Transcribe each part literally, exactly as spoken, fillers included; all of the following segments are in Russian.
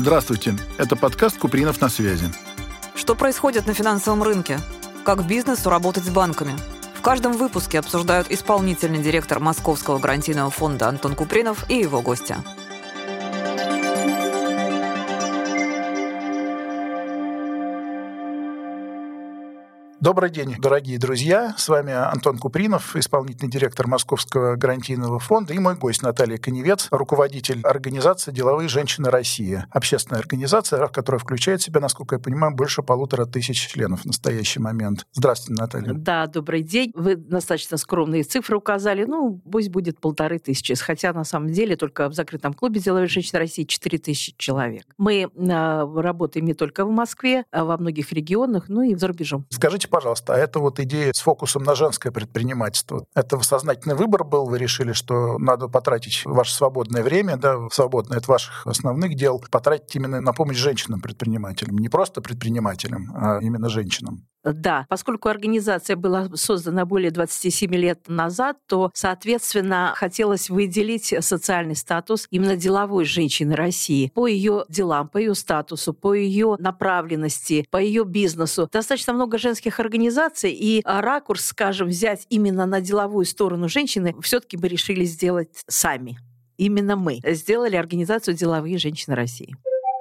Здравствуйте, это подкаст «Купринов на связи». Что происходит на финансовом рынке? Как бизнесу работать с банками? В каждом выпуске обсуждают исполнительный директор Московского гарантийного фонда Антон Купринов и его гости. Добрый день, дорогие друзья. С вами Антон Купринов, исполнительный директор Московского гарантийного фонда, и мой гость Наталья Коневец, руководитель организации «Деловые женщины России». Общественная организация, которая включает в себя, насколько я понимаю, больше полутора тысяч членов в настоящий момент. Здравствуйте, Наталья. Да, добрый день. Вы достаточно скромные цифры указали. Ну, пусть будет полторы тысячи. Хотя, на самом деле, только в закрытом клубе «Деловые женщины России» четыре тысячи человек. Мы э, работаем не только в Москве, а во многих регионах, ну и за рубежом. Скажите, пожалуйста, а это вот идея с фокусом на женское предпринимательство. Это сознательный выбор был? Вы решили, что надо потратить ваше свободное время, да, свободное от ваших основных дел, потратить именно на помощь женщинам-предпринимателям? Не просто предпринимателям, а именно женщинам. Да, поскольку организация была создана более двадцати семи лет назад, то, соответственно, хотелось выделить социальный статус именно деловой женщины России по ее делам, по ее статусу, по ее направленности, по ее бизнесу. Достаточно много женских организаций, и ракурс, скажем, взять именно на деловую сторону женщины все-таки мы решили сделать сами. Именно мы сделали организацию «Деловые женщины России».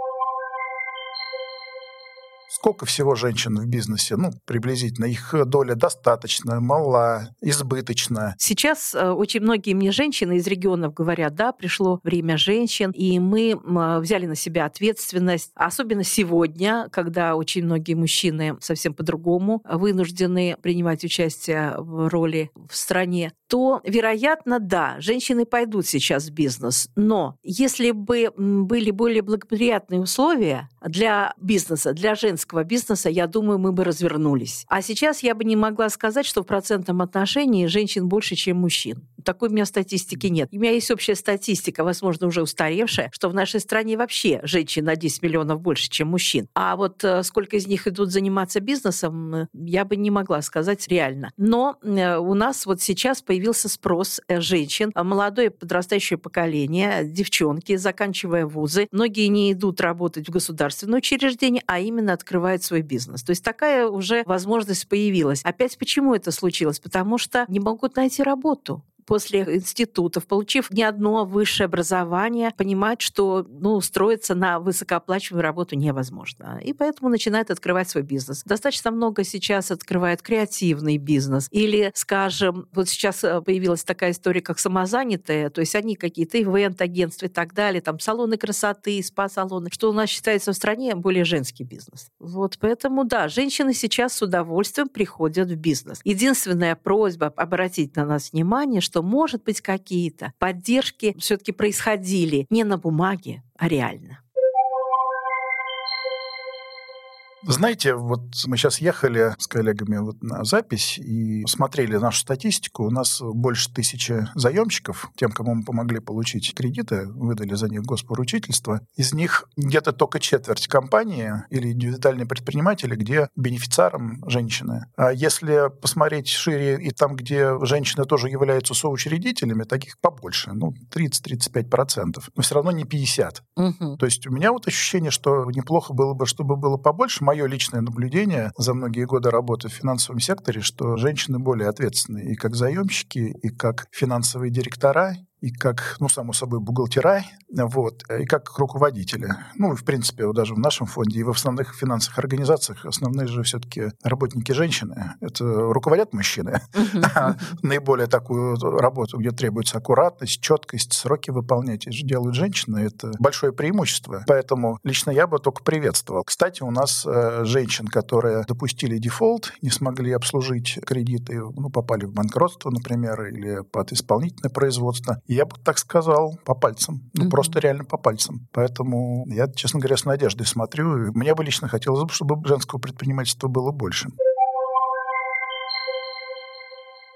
Сколько всего женщин в бизнесе? Ну, приблизительно. Их доля достаточно, мала, избыточна. Сейчас э, очень многие мне женщины из регионов говорят, да, пришло время женщин, и мы э, взяли на себя ответственность. Особенно сегодня, когда очень многие мужчины совсем по-другому вынуждены принимать участие в роли в стране, то, вероятно, да, женщины пойдут сейчас в бизнес. Но если бы были более благоприятные условия для бизнеса, для женского бизнеса, я думаю, мы бы развернулись. А сейчас я бы не могла сказать, что в процентном отношении женщин больше, чем мужчин. Такой у меня статистики нет. У меня есть общая статистика, возможно, уже устаревшая, что в нашей стране вообще женщин на десять миллионов больше, чем мужчин. А вот сколько из них идут заниматься бизнесом, я бы не могла сказать реально. Но у нас вот сейчас появился спрос женщин, молодое подрастающее поколение, девчонки, заканчивая вузы. Многие не идут работать в государственные учреждения, а именно открывают свой бизнес. То есть такая уже возможность появилась. Опять почему это случилось? Потому что не могут найти работу. После институтов, получив не одно высшее образование, понимают, что ну, устроиться на высокооплачиваемую работу невозможно. И поэтому начинают открывать свой бизнес. Достаточно много сейчас открывают креативный бизнес. Или, скажем, вот сейчас появилась такая история, как самозанятые, то есть они какие-то ивент-агентства и так далее, там салоны красоты, спа-салоны, что у нас считается в стране более женский бизнес. Вот поэтому, да, женщины сейчас с удовольствием приходят в бизнес. Единственная просьба обратить на нас внимание, что что, может быть, какие-то поддержки все-таки происходили не на бумаге, а реально. Знаете, вот мы сейчас ехали с коллегами вот на запись и смотрели нашу статистику. У нас больше тысячи заемщиков, тем, кому мы помогли получить кредиты, выдали за них госпоручительство. Из них где-то только четверть компании или индивидуальные предприниматели, где бенефициаром женщины. А если посмотреть шире и там, где женщины тоже являются соучредителями, таких побольше, ну, тридцать-тридцать пять процентов. Но все равно не пятьдесят процентов. Угу. То есть у меня вот ощущение, что неплохо было бы, чтобы было побольше. Мое личное наблюдение за многие годы работы в финансовом секторе, что женщины более ответственны и как заемщики, и как финансовые директора, и как, ну, само собой, бухгалтера, вот, и как руководители. Ну, и, в принципе, вот даже в нашем фонде и в основных финансовых организациях основные же все-таки работники женщины. Это руководят мужчины. А наиболее такую работу, где требуется аккуратность, четкость, сроки выполнять, делают женщины. Это большое преимущество. Поэтому лично я бы только приветствовал. Кстати, у нас женщин, которые допустили дефолт, не смогли обслужить кредиты, ну, попали в банкротство, например, или под исполнительное производство, я бы так сказал, по пальцам. Ну, mm-hmm. просто реально по пальцам. Поэтому я, честно говоря, с надеждой смотрю. Мне бы лично хотелось бы, чтобы женского предпринимательства было больше.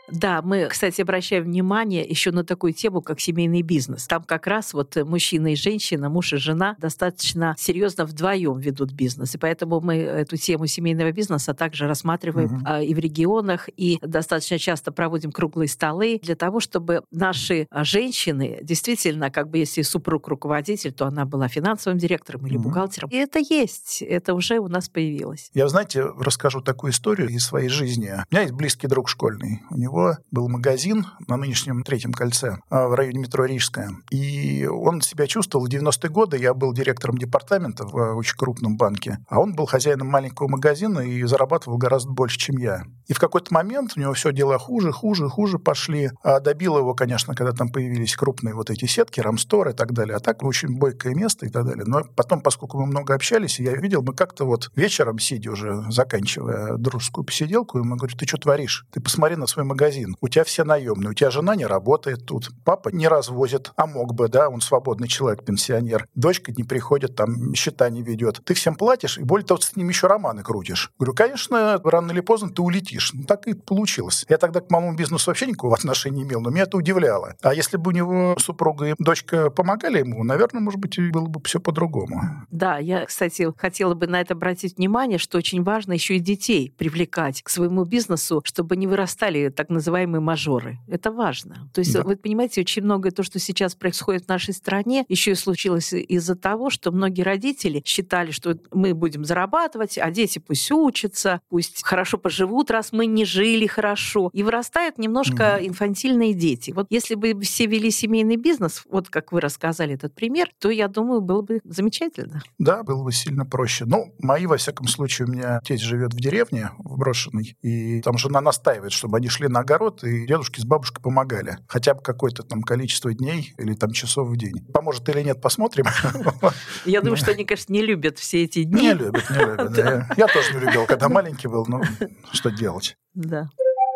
Да, мы, кстати, обращаем внимание еще на такую тему, как семейный бизнес. Там как раз вот мужчина и женщина, муж и жена достаточно серьезно вдвоем ведут бизнес. И поэтому мы эту тему семейного бизнеса также рассматриваем угу. и в регионах, и достаточно часто проводим круглые столы для того, чтобы наши женщины действительно, как бы если супруг руководитель, то она была финансовым директором или угу. бухгалтером. И это есть, это уже у нас появилось. Я, знаете, расскажу такую историю из своей жизни. У меня есть близкий друг школьный. У него был магазин на нынешнем Третьем кольце в районе метро Рижская. И он себя чувствовал в девяностые годы. Я был директором департамента в очень крупном банке, а он был хозяином маленького магазина и зарабатывал гораздо больше, чем я. И в какой-то момент у него все дела хуже, хуже, хуже пошли. А добило его, конечно, когда там появились крупные вот эти сетки, Рамстор и так далее. А так очень бойкое место и так далее. Но потом, поскольку мы много общались, я видел, мы как-то вот вечером, сидя уже, заканчивая дружескую посиделку, ему говорю: ты что творишь? Ты посмотри на свой магазин. У тебя все наемные, у тебя жена не работает тут, папа не развозит, а мог бы, да, он свободный человек, пенсионер. Дочка не приходит, там, счета не ведет. Ты всем платишь, и более того, с ним еще романы крутишь. Говорю, конечно, рано или поздно ты улетишь. Ну, так и получилось. Я тогда к малому бизнесу вообще никакого отношения не имел, но меня это удивляло. А если бы у него супруга и дочка помогали ему, наверное, может быть, было бы все по-другому. Да, я, кстати, хотела бы на это обратить внимание, что очень важно еще и детей привлекать к своему бизнесу, чтобы не вырастали так называемые мажоры. Это важно. То есть, да. Вы понимаете, очень многое то, что сейчас происходит в нашей стране, еще и случилось из-за того, что многие родители считали, что мы будем зарабатывать, а дети пусть учатся, пусть хорошо поживут, раз мы не жили хорошо. И вырастают немножко угу. инфантильные дети. Вот если бы все вели семейный бизнес, вот как вы рассказали этот пример, то, я думаю, было бы замечательно. Да, было бы сильно проще. Ну, мои, во всяком случае, у меня отец живет в деревне, в брошенной, и там жена настаивает, чтобы они шли на огород, и дедушки с бабушкой помогали. Хотя бы какое-то там количество дней или там часов в день. Поможет или нет, посмотрим. Я думаю, что они, конечно, не любят все эти дни. Не любят, не любят. Я тоже не любил, когда маленький был, но что делать? Да.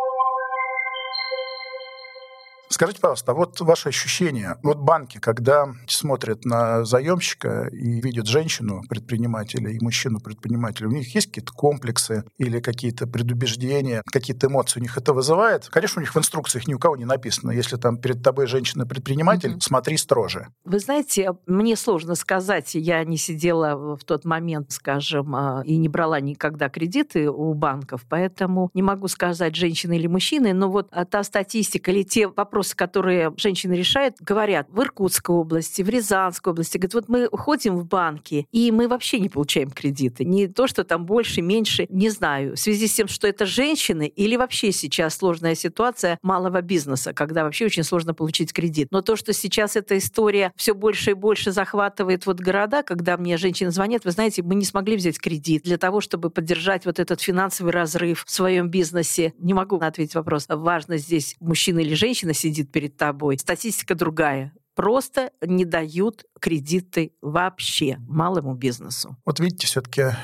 Скажите, пожалуйста, а вот ваши ощущения. Вот банки, когда смотрят на заемщика и видят женщину-предпринимателя и мужчину-предпринимателя, у них есть какие-то комплексы или какие-то предубеждения, какие-то эмоции у них это вызывает? Конечно, у них в инструкциях ни у кого не написано, если там перед тобой женщина-предприниматель, mm-hmm. смотри строже. Вы знаете, мне сложно сказать, я не сидела в тот момент, скажем, и не брала никогда кредиты у банков, поэтому не могу сказать, женщины или мужчины, но вот та статистика или те вопросы, которые женщины решают, говорят, в Иркутской области, в Рязанской области, говорят, вот мы ходим в банки, и мы вообще не получаем кредиты. Не то, что там больше, меньше, не знаю. В связи с тем, что это женщины, или вообще сейчас сложная ситуация малого бизнеса, когда вообще очень сложно получить кредит. Но то, что сейчас эта история все больше и больше захватывает вот города, когда мне женщины звонят, вы знаете, мы не смогли взять кредит для того, чтобы поддержать вот этот финансовый разрыв в своем бизнесе. Не могу ответить вопрос, важно здесь мужчина или женщина сидит перед тобой. Статистика другая. Просто не дают кредиты вообще малому бизнесу. Вот видите, все-таки э,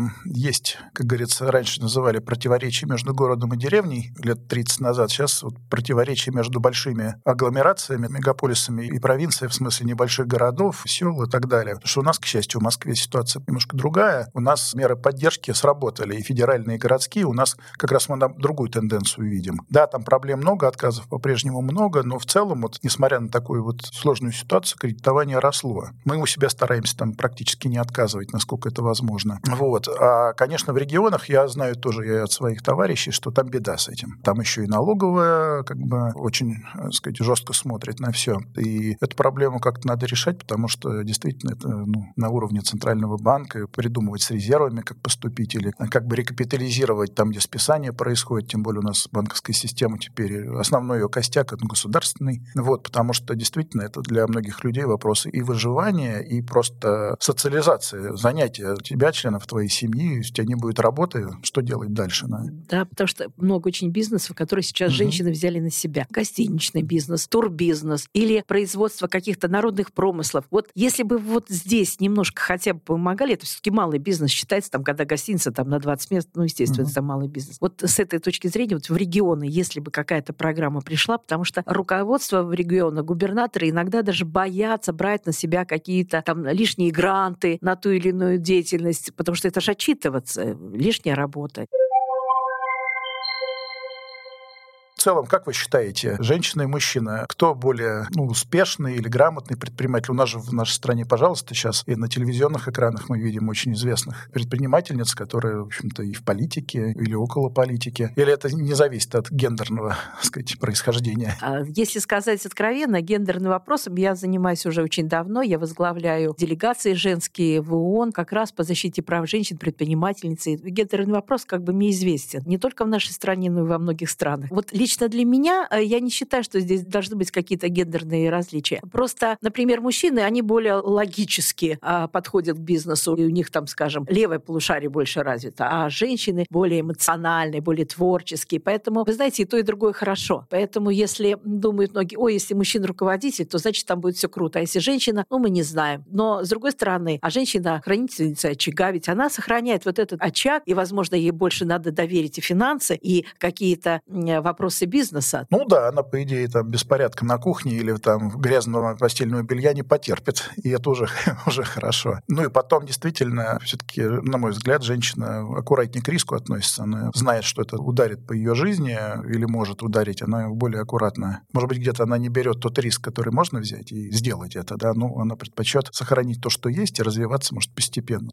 есть, как говорится, раньше называли противоречие между городом и деревней лет тридцать назад. Сейчас вот противоречие между большими агломерациями, мегаполисами и провинцией, в смысле небольших городов, сел и так далее. Потому что у нас, к счастью, в Москве ситуация немножко другая. У нас меры поддержки сработали, и федеральные, и городские. У нас как раз мы другую тенденцию видим. Да, там проблем много, отказов по-прежнему много, но в целом, вот, несмотря на такую вот сложную ситуацию, кредитование росло. Мы у себя стараемся там практически не отказывать, насколько это возможно. Вот. А, конечно, в регионах я знаю тоже я от своих товарищей, что там беда с этим. Там еще и налоговая как бы очень, так сказать, жестко смотрит на все. И эту проблему как-то надо решать, потому что действительно это ну, на уровне Центрального банка придумывать с резервами, как поступить, или как бы рекапитализировать там, где списание происходит. Тем более у нас банковская система теперь, основной ее костяк — это государственный. Вот, потому что действительно это для многих людей вопросы и выживания, и просто социализации, занятия тебя, членов твоей семьи, если у тебя не будет работы, что делать дальше? Да, да, потому что много очень бизнесов, которые сейчас угу. женщины взяли на себя. Гостиничный бизнес, турбизнес или производство каких-то народных промыслов. Вот если бы вот здесь немножко хотя бы помогали, это все-таки малый бизнес считается, там, когда гостиница там, на двадцать мест, ну, естественно, угу. это малый бизнес. Вот с этой точки зрения, вот в регионы, если бы какая-то программа пришла, потому что руководство в регионах, губернаторы иногда даже боятся брать на себя какие-то там лишние гранты на ту или иную деятельность, потому что это же отчитываться, лишняя работа. целом, как вы считаете, женщина и мужчина, кто более ну, успешный или грамотный предприниматель? У нас же в нашей стране, пожалуйста, сейчас и на телевизионных экранах мы видим очень известных предпринимательниц, которые, в общем-то, и в политике, или около политики. Или это не зависит от гендерного, так сказать, происхождения? Если сказать откровенно, гендерным вопросом я занимаюсь уже очень давно. Я возглавляю делегации женские в ООН как раз по защите прав женщин, предпринимательницы. Гендерный вопрос как бы мне известен. Не только в нашей стране, но и во многих странах. Вот лично для меня я не считаю, что здесь должны быть какие-то гендерные различия. Просто, например, мужчины, они более логически а, подходят к бизнесу, и у них там, скажем, левое полушарие больше развито, а женщины более эмоциональные, более творческие. Поэтому, вы знаете, и то, и другое хорошо. Поэтому, если думают многие, ой, если мужчина руководитель, то значит там будет все круто. А если женщина, ну, мы не знаем. Но, с другой стороны, а женщина хранительница очага, ведь она сохраняет вот этот очаг, и, возможно, ей больше надо доверить и финансы, и какие-то вопросы бизнеса. Ну да, она, по идее, там беспорядка на кухне или там грязного постельного белья не потерпит, и это уже, уже хорошо. Ну и потом, действительно, все-таки, на мой взгляд, женщина аккуратнее к риску относится. Она знает, что это ударит по ее жизни или может ударить, она более аккуратна. Может быть, где-то она не берет тот риск, который можно взять и сделать это, да, но она предпочет сохранить то, что есть, и развиваться, может, постепенно.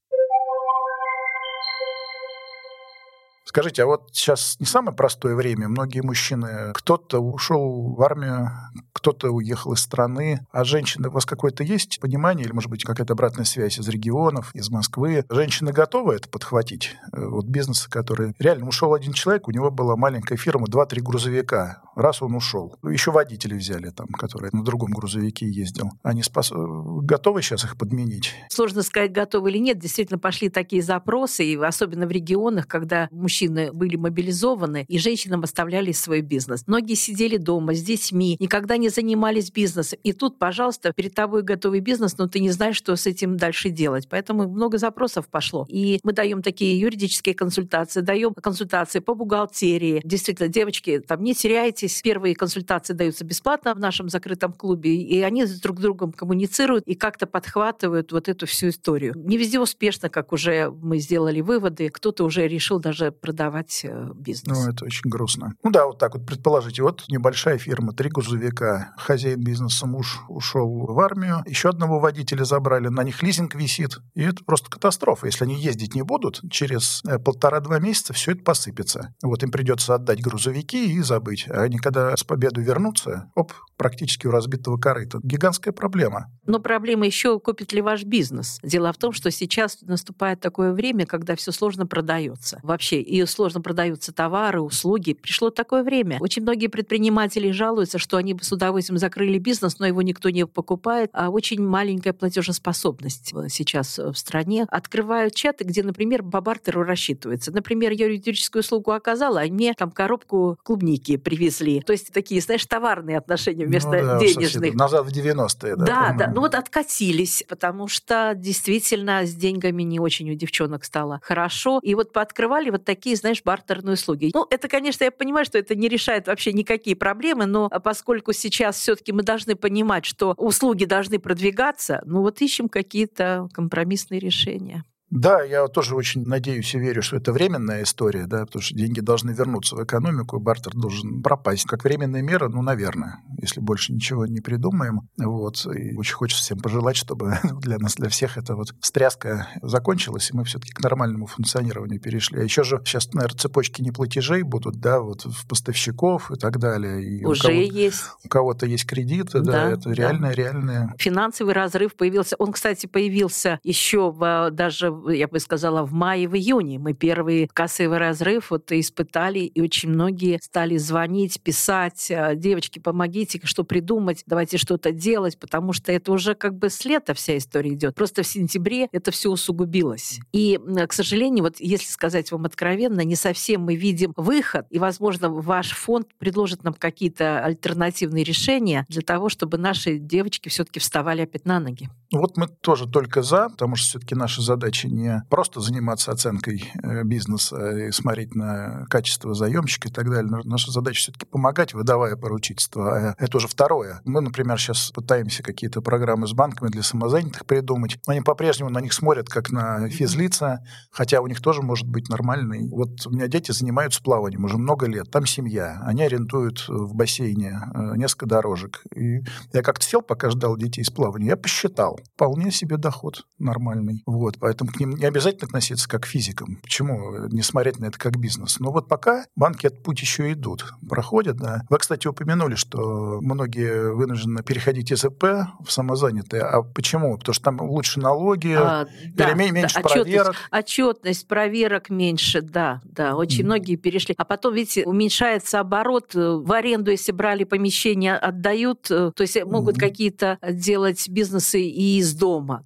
Скажите, а вот сейчас не самое простое время. Многие мужчины, кто-то ушел в армию, кто-то уехал из страны. А женщины, у вас какое-то есть понимание или, может быть, какая-то обратная связь из регионов, из Москвы? Женщины готовы это подхватить? Вот бизнес, который... Реально ушел один человек, у него была маленькая фирма, два-три грузовика. Раз он ушел. Еще водители взяли там, который на другом грузовике ездил. Они спас... готовы сейчас их подменить? Сложно сказать, готовы или нет. Действительно, пошли такие запросы, и особенно в регионах, когда мужчины были мобилизованы, и женщинам оставляли свой бизнес. Многие сидели дома с детьми, никогда не занимались бизнесом. И тут, пожалуйста, перед тобой готовый бизнес, но ты не знаешь, что с этим дальше делать. Поэтому много запросов пошло. И мы даем такие юридические консультации, даем консультации по бухгалтерии. Действительно, девочки, там не теряйтесь. Первые консультации даются бесплатно в нашем закрытом клубе, и они друг с другом коммуницируют и как-то подхватывают вот эту всю историю. Не везде успешно, как уже мы сделали выводы. Кто-то уже решил даже продавать бизнес. Ну, это очень грустно. Ну да, вот так вот предположите. Вот небольшая фирма, три грузовика, хозяин бизнеса, муж ушел в армию, еще одного водителя забрали, на них лизинг висит. И это просто катастрофа. Если они ездить не будут, через полтора-два месяца все это посыпется. Вот им придется отдать грузовики и забыть. А они, когда с победу вернутся, оп, практически у разбитого корыта. Гигантская проблема. Но проблема еще, купит ли ваш бизнес. Дело в том, что сейчас наступает такое время, когда все сложно продается. Вообще, и сложно продаются товары, услуги. Пришло такое время. Очень многие предприниматели жалуются, что они бы с удовольствием закрыли бизнес, но его никто не покупает. А очень маленькая платежеспособность сейчас в стране. Открывают чаты, где, например, по бартеру рассчитывается. Например, я юридическую услугу оказала, а мне там коробку клубники привезли. То есть такие, знаешь, товарные отношения вместо ну, да, денежных. Совсем. Назад в девяностые, да? Да, да. Ну вот откатились, потому что действительно с деньгами не очень у девчонок стало хорошо. И вот пооткрывали вот такие, знаешь, бартерные услуги. Ну, это, конечно, я понимаю, что это не решает вообще никакие проблемы, но поскольку сейчас все-таки мы должны понимать, что услуги должны продвигаться, ну вот ищем какие-то компромиссные решения. Да, я тоже очень надеюсь и верю, что это временная история, да, потому что деньги должны вернуться в экономику, бартер должен пропасть. Как временная мера, ну, наверное, если больше ничего не придумаем. Вот. И очень хочется всем пожелать, чтобы для нас, для всех эта вот встряска закончилась, и мы все-таки к нормальному функционированию перешли. А еще же сейчас, наверное, цепочки неплатежей будут, да, вот в поставщиков и так далее. И уже у есть. У кого-то есть кредиты, да, да это да. реальное, реальное. Финансовый разрыв появился. Он, кстати, появился еще в, даже я бы сказала, в мае, в июне. Мы первый кассовый разрыв вот испытали, и очень многие стали звонить, писать: девочки, помогите, что придумать, давайте что-то делать, потому что это уже как бы с лета вся история идет. Просто в сентябре это все усугубилось. И, к сожалению, вот если сказать вам откровенно, не совсем мы видим выход, и, возможно, ваш фонд предложит нам какие-то альтернативные решения для того, чтобы наши девочки все-таки вставали опять на ноги. Вот мы тоже только за, потому что все-таки наша задача задача не просто заниматься оценкой бизнеса и смотреть на качество заемщика и так далее. Наша задача все-таки помогать, выдавая поручительство. А это уже второе. Мы, например, сейчас пытаемся какие-то программы с банками для самозанятых придумать. Они по-прежнему на них смотрят как на физлица, хотя у них тоже может быть нормальный. Вот у меня дети занимаются плаванием уже много лет. Там семья. Они арендуют в бассейне несколько дорожек. И я как-то сел, пока ждал детей с плавания, я посчитал. Вполне себе доход нормальный. Вот. Поэтому к ним не обязательно относиться как к физикам. Почему не смотреть на это как бизнес? Но вот пока банки этот путь еще идут, проходят. Да. Вы, кстати, упомянули, что многие вынуждены переходить из ИП в самозанятые. А почему? Потому что там лучше налоги, а, или да, меньше да, проверок. Отчетность, отчетность, проверок меньше, да. да. Очень mm. многие перешли. А потом, видите, уменьшается оборот. В аренду, если брали помещение, отдают. То есть могут mm. какие-то делать бизнесы и из дома.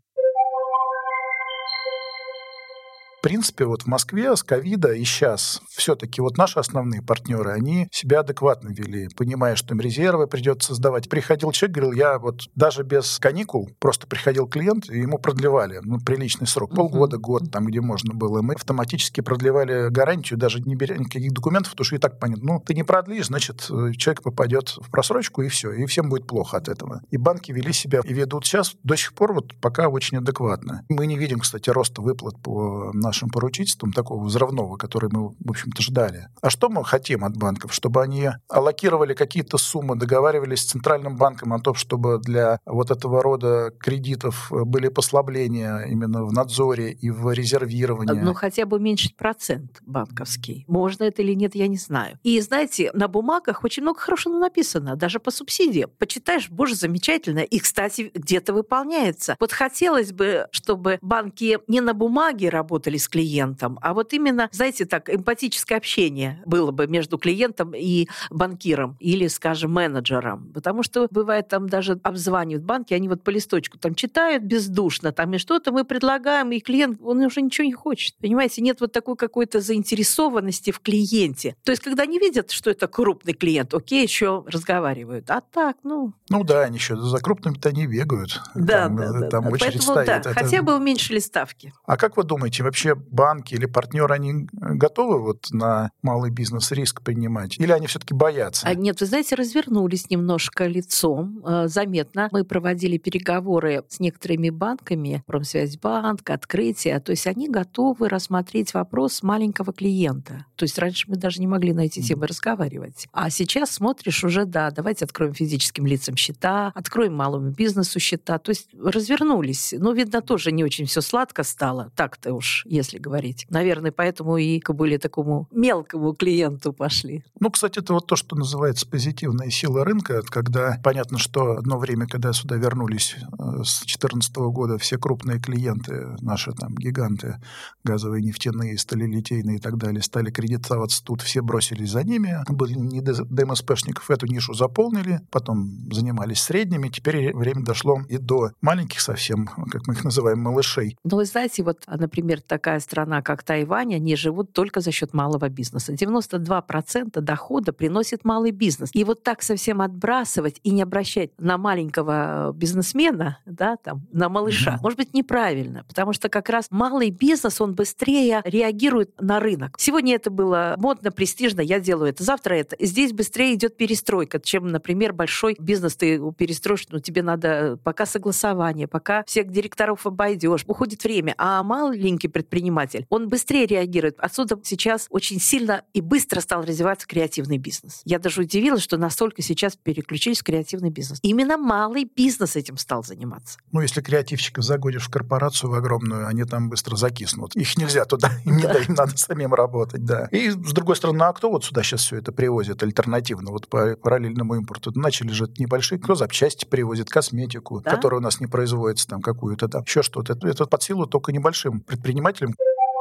В принципе, вот в Москве с ковида и сейчас все-таки вот наши основные партнеры, они себя адекватно вели, понимая, что им резервы придется сдавать. Приходил человек, говорил, я вот даже без каникул, просто приходил клиент, и ему продлевали ну, приличный срок, полгода, год, там, где можно было. Мы автоматически продлевали гарантию, даже не беря никаких документов, потому что и так понятно, ну, ты не продлишь, значит, человек попадет в просрочку, и все, и всем будет плохо от этого. И банки вели себя и ведут сейчас до сих пор вот пока очень адекватно. Мы не видим, кстати, роста выплат по нашим нашим поручительством, такого взрывного, который мы, в общем-то, ждали. А что мы хотим от банков? Чтобы они аллокировали какие-то суммы, договаривались с Центральным банком о том, чтобы для вот этого рода кредитов были послабления именно в надзоре и в резервировании. Ну, хотя бы уменьшить процент банковский. Можно это или нет, я не знаю. И, знаете, на бумагах очень много хорошего написано, даже по субсидиям. Почитаешь, боже, замечательно. И, кстати, где-то выполняется. Вот хотелось бы, чтобы банки не на бумаге работали с клиентом, а вот именно, знаете, так, эмпатическое общение было бы между клиентом и банкиром или, скажем, менеджером. Потому что бывает там даже обзванивают банки, они вот по листочку там читают бездушно, там и что-то мы предлагаем, и клиент, он уже ничего не хочет. Понимаете, нет вот такой какой-то заинтересованности в клиенте. То есть, когда они видят, что это крупный клиент, окей, еще разговаривают. А так, ну... Ну да, они еще за крупными-то не бегают. Да, там, да, там да. очередь Поэтому, стоит. да, это... хотя бы уменьшили ставки. А как вы думаете, вообще банки или партнеры, они готовы вот на малый бизнес риск принимать? Или они все-таки боятся? А нет, вы знаете, развернулись немножко лицом, э, заметно. Мы проводили переговоры с некоторыми банками, Промсвязьбанк, Открытие, то есть они готовы рассмотреть вопрос маленького клиента. То есть раньше мы даже не могли на эти темы mm-hmm. разговаривать. А сейчас смотришь уже, да, давайте откроем физическим лицам счета, откроем малому бизнесу счета. То есть развернулись. Но, видно, тоже не очень все сладко стало. Так-то уж, если говорить. Наверное, поэтому и к более такому мелкому клиенту пошли. Ну, кстати, это вот то, что называется позитивная сила рынка, когда понятно, что одно время, когда сюда вернулись с две тысячи четырнадцатого года все крупные клиенты, наши там гиганты, газовые, нефтяные, сталелитейные и так далее, стали кредитоваться тут, все бросились за ними, были не ДМСПшников, эту нишу заполнили, потом занимались средними, теперь время дошло и до маленьких совсем, как мы их называем, малышей. Ну, вы знаете, вот, например, такая страна, как Тайвань, они живут только за счет малого бизнеса. девяносто два процента дохода приносит малый бизнес. И вот так совсем отбрасывать и не обращать на маленького бизнесмена, да, там, на малыша, mm-hmm. может быть, неправильно, потому что как раз малый бизнес, он быстрее реагирует на рынок. Сегодня это было модно, престижно, я делаю это, завтра это. Здесь быстрее идет перестройка, чем, например, большой бизнес ты перестроишь, ну, тебе надо пока согласование, пока всех директоров обойдешь, уходит время. А маленький предприниматель, он быстрее реагирует. Отсюда сейчас очень сильно и быстро стал развиваться креативный бизнес. Я даже удивилась, что настолько сейчас переключились в креативный бизнес. Именно малый бизнес этим стал заниматься. Ну, если креативщиков загонишь в корпорацию в огромную, они там быстро закиснут. Их нельзя туда, им, да. не, им надо самим работать, да. И, с другой стороны, ну, а кто вот сюда сейчас все это привозит альтернативно, вот по параллельному импорту? Начали же небольшие, кто запчасти привозит, косметику, да? которая у нас не производится, там какую-то, там, еще что-то. Это, это под силу только небольшим предпринимателям.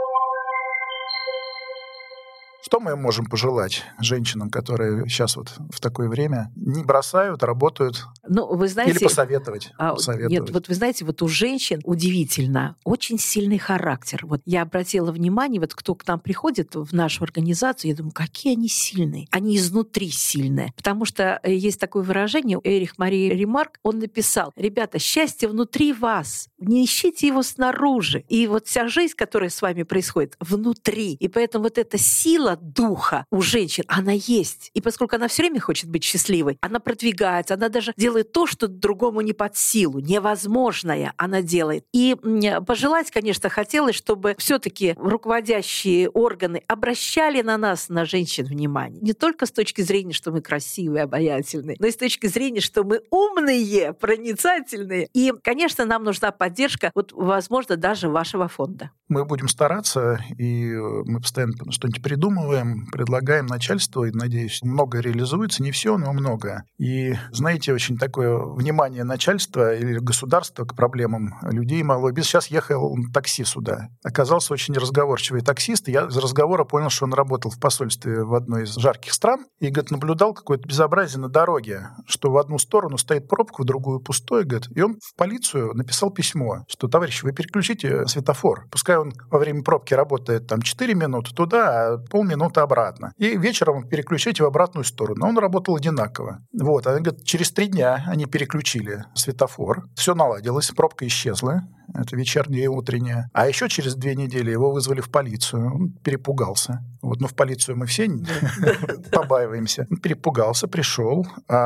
Что мы можем пожелать женщинам, которые сейчас вот в такое время не бросают, работают? Ну, вы знаете, или посоветовать? А, посоветовать. Нет, вот вы знаете, вот у женщин удивительно очень сильный характер. Вот я обратила внимание, вот кто к нам приходит в нашу организацию, я думаю, какие они сильные. Они изнутри сильные. Потому что есть такое выражение, Эрих Мария Ремарк, он написал, ребята, счастье внутри вас. Не ищите его снаружи. И вот вся жизнь, которая с вами происходит, внутри. И поэтому вот эта сила духа у женщин, она есть. И поскольку она все время хочет быть счастливой, она продвигается, она даже делает то, что другому не под силу, невозможное она делает. И пожелать, конечно, хотелось, чтобы все-таки руководящие органы обращали на нас, на женщин, внимание. Не только с точки зрения, что мы красивые, обаятельные, но и с точки зрения, что мы умные, проницательные. И, конечно, нам нужна поддержка, вот, возможно, даже вашего фонда. Мы будем стараться, и мы постоянно что-нибудь придумываем, предлагаем начальству, и, надеюсь, многое реализуется. Не все, но многое. И, знаете, очень такое внимание начальства или государства к проблемам людей малого бизнеса. Сейчас ехал такси сюда. Оказался очень разговорчивый таксист. Я из разговора понял, что он работал в посольстве в одной из жарких стран и, говорит, наблюдал какое-то безобразие на дороге, что в одну сторону стоит пробка, в другую пустой, говорит. И он в полицию написал письмо, что, товарищи, вы переключите светофор. Пускай он во время пробки работает там четыре минуты туда, а полминуты обратно. И вечером переключите в обратную сторону. Он работал одинаково. Вот. Они говорят, через три дня они переключили светофор. Все наладилось, пробка исчезла. Это вечерняя и утренняя. А еще через две недели его вызвали в полицию. Он перепугался. Вот, ну, в полицию мы все побаиваемся. Он перепугался, пришел,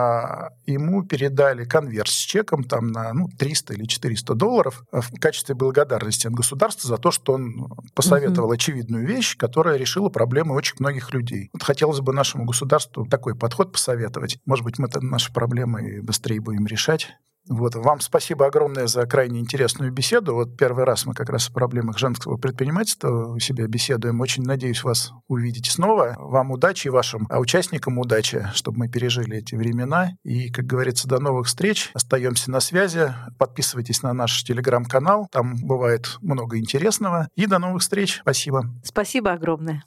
а ему передали конверт с чеком там на ну, триста или четыреста долларов в качестве благодарности от государства за то, что он посоветовал очевидную вещь, которая решила проблемы очень многих людей. Вот хотелось бы нашему государству такой подход посоветовать. Может быть, мы наши проблемы быстрее будем решать. Вот. Вам спасибо огромное за крайне интересную беседу. Вот первый раз мы как раз о проблемах женского предпринимательства у себя беседуем. Очень надеюсь вас увидеть снова. Вам удачи и вашим участникам удачи, чтобы мы пережили эти времена. И, как говорится, до новых встреч. Остаемся на связи. Подписывайтесь на наш телеграм-канал. Там бывает много интересного. И до новых встреч. Спасибо. Спасибо огромное.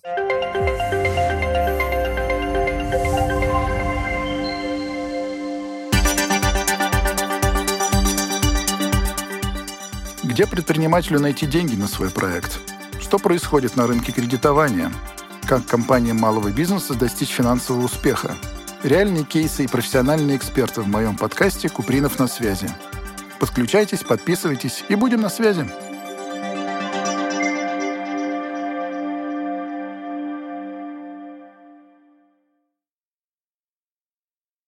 Где предпринимателю найти деньги на свой проект? Что происходит на рынке кредитования? Как компаниям малого бизнеса достичь финансового успеха? Реальные кейсы и профессиональные эксперты в моем подкасте «Купринов на связи». Подключайтесь, подписывайтесь и будем на связи.